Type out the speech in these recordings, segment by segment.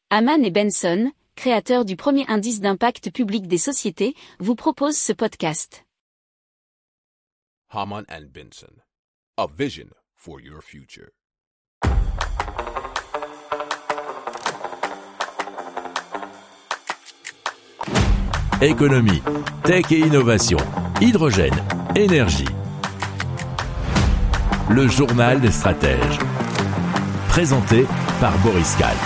Harman & Benson, créateurs du premier indice d'impact public des sociétés, vous proposent ce podcast. Harman & Benson, a vision for your future. Économie, tech et innovation, hydrogène, énergie. Le journal des stratèges. Présenté par Boris Kahl.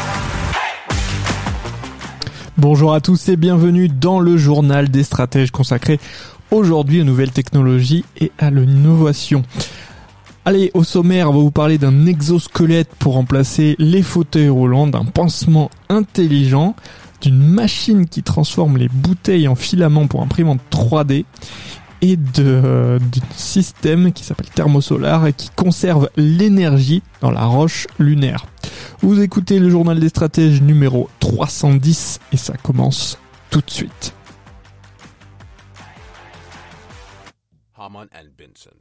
Bonjour à tous et bienvenue dans le journal des stratèges consacré aujourd'hui aux nouvelles technologies et à l'innovation. Allez, au sommaire, on va vous parler d'un exosquelette pour remplacer les fauteuils roulants, d'un pansement intelligent, d'une machine qui transforme les bouteilles en filaments pour imprimante 3D et d'un système qui s'appelle Thermosolar et qui conserve l'énergie dans la roche lunaire. Vous écoutez le journal des stratèges numéro 310 et ça commence tout de suite. Harman & Benson.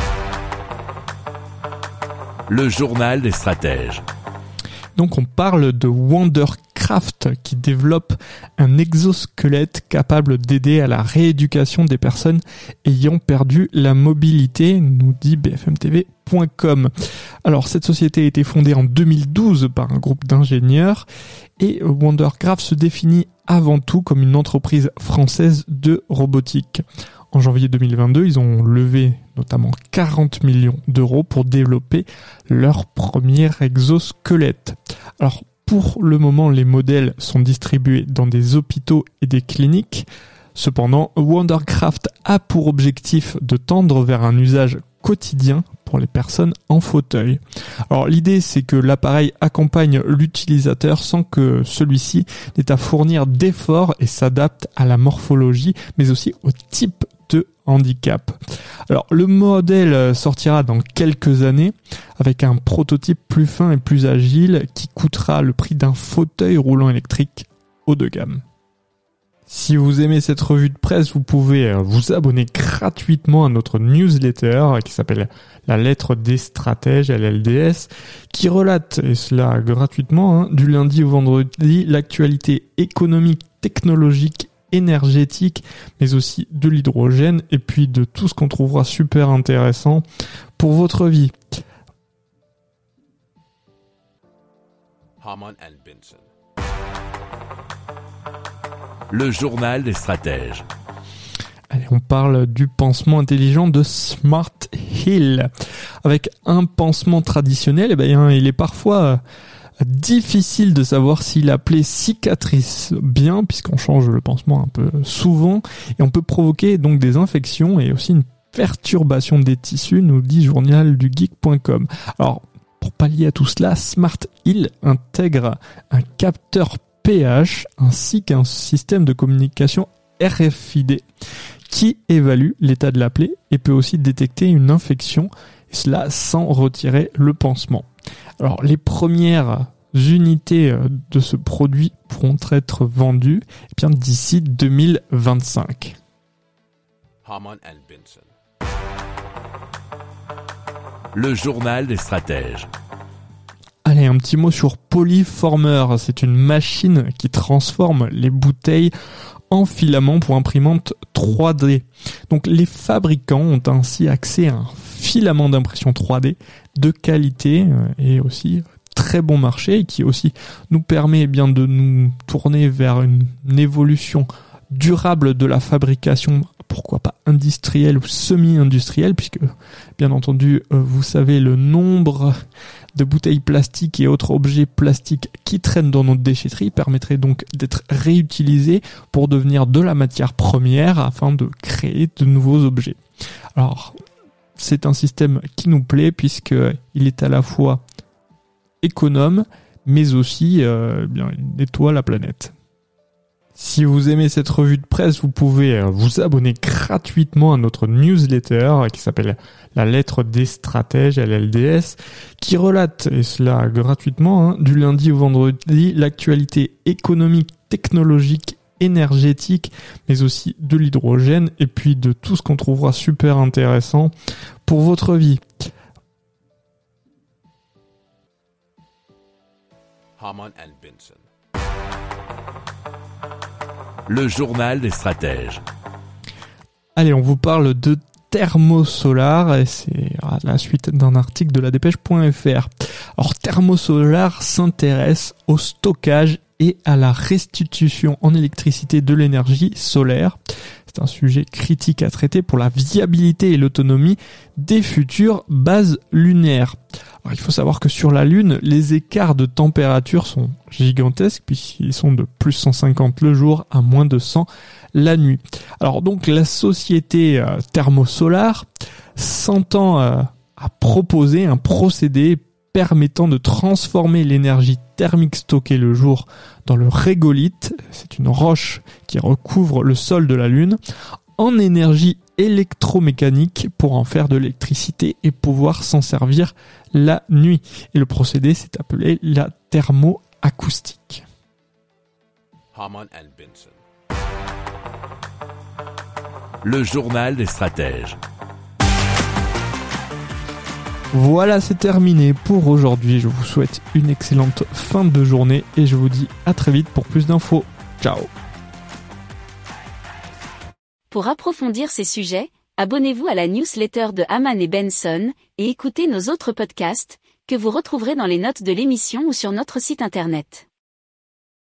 Le journal des stratèges. Donc on parle de Wondercraft qui développe un exosquelette capable d'aider à la rééducation des personnes ayant perdu la mobilité, nous dit bfmtv.com. Alors cette société a été fondée en 2012 par un groupe d'ingénieurs et Wondercraft se définit avant tout comme une entreprise française de robotique. En janvier 2022, ils ont levé notamment 40 millions d'euros pour développer leur premier exosquelette. Alors, pour le moment, les modèles sont distribués dans des hôpitaux et des cliniques. Cependant, Wondercraft a pour objectif de tendre vers un usage quotidien pour les personnes en fauteuil. Alors l'idée c'est que l'appareil accompagne l'utilisateur sans que celui-ci n'ait à fournir d'efforts et s'adapte à la morphologie mais aussi au type de handicap. Alors le modèle sortira dans quelques années avec un prototype plus fin et plus agile qui coûtera le prix d'un fauteuil roulant électrique haut de gamme. Si vous aimez cette revue de presse, vous pouvez vous abonner gratuitement à notre newsletter qui s'appelle La Lettre des Stratèges, LLDS, qui relate, et cela gratuitement, du lundi au vendredi, l'actualité économique, technologique, énergétique, mais aussi de l'hydrogène et puis de tout ce qu'on trouvera super intéressant pour votre vie. Harman & Benson. Le journal des stratèges. Allez, on parle du pansement intelligent de Smart Heal. Avec un pansement traditionnel, il est parfois difficile de savoir si la plaie cicatrice bien, puisqu'on change le pansement un peu souvent, et on peut provoquer donc des infections et aussi une perturbation des tissus, nous dit journaldugeek.com. Alors, pour pallier à tout cela, Smart Heal intègre un capteur pH ainsi qu'un système de communication RFID qui évalue l'état de la plaie et peut aussi détecter une infection, et cela sans retirer le pansement. Alors les unités de ce produit pourront être vendues d'ici 2025. Harman & Benson. Le journal des stratèges. Allez, un petit mot sur Polyformer. C'est une machine qui transforme les bouteilles en filaments pour imprimante 3D. Donc les fabricants ont ainsi accès à un filament d'impression 3D de qualité et aussi très bon marché et qui aussi nous permet de nous tourner vers une évolution durable de la fabrication, pourquoi pas industrielle ou semi-industrielle, puisque bien entendu vous savez le nombre de bouteilles plastiques et autres objets plastiques qui traînent dans notre déchetterie permettrait donc d'être réutilisés pour devenir de la matière première afin de créer de nouveaux objets. Alors, c'est un système qui nous plaît puisqu'il est à la fois économe mais aussi il nettoie la planète. Si vous aimez cette revue de presse, vous pouvez vous abonner gratuitement à notre newsletter qui s'appelle La Lettre des Stratèges, LLDS, qui relate, et cela gratuitement, du lundi au vendredi, l'actualité économique, technologique, énergétique, mais aussi de l'hydrogène et puis de tout ce qu'on trouvera super intéressant pour votre vie. Harman & Benson. Le journal des stratèges. Allez, on vous parle de Thermosolar et c'est à la suite d'un article de la dépêche.fr. Alors Thermosolar s'intéresse au stockage et à la restitution en électricité de l'énergie solaire. C'est un sujet critique à traiter pour la viabilité et l'autonomie des futures bases lunaires. Alors, il faut savoir que sur la Lune, les écarts de température sont gigantesques puisqu'ils sont de plus 150 le jour à moins de 100 la nuit. Alors donc la société Thermosolar s'entend à proposer un procédé permettant de transformer l'énergie thermique stockée le jour dans le régolithe, c'est une roche qui recouvre le sol de la Lune, en énergie électromécanique pour en faire de l'électricité et pouvoir s'en servir la nuit. Et le procédé s'est appelé la thermoacoustique. Harman and Benson. Le journal des stratèges. Voilà, c'est terminé pour aujourd'hui. Je vous souhaite une excellente fin de journée et je vous dis à très vite pour plus d'infos. Ciao. Pour approfondir ces sujets, abonnez-vous à la newsletter de Harman et Benson et écoutez nos autres podcasts que vous retrouverez dans les notes de l'émission ou sur notre site internet.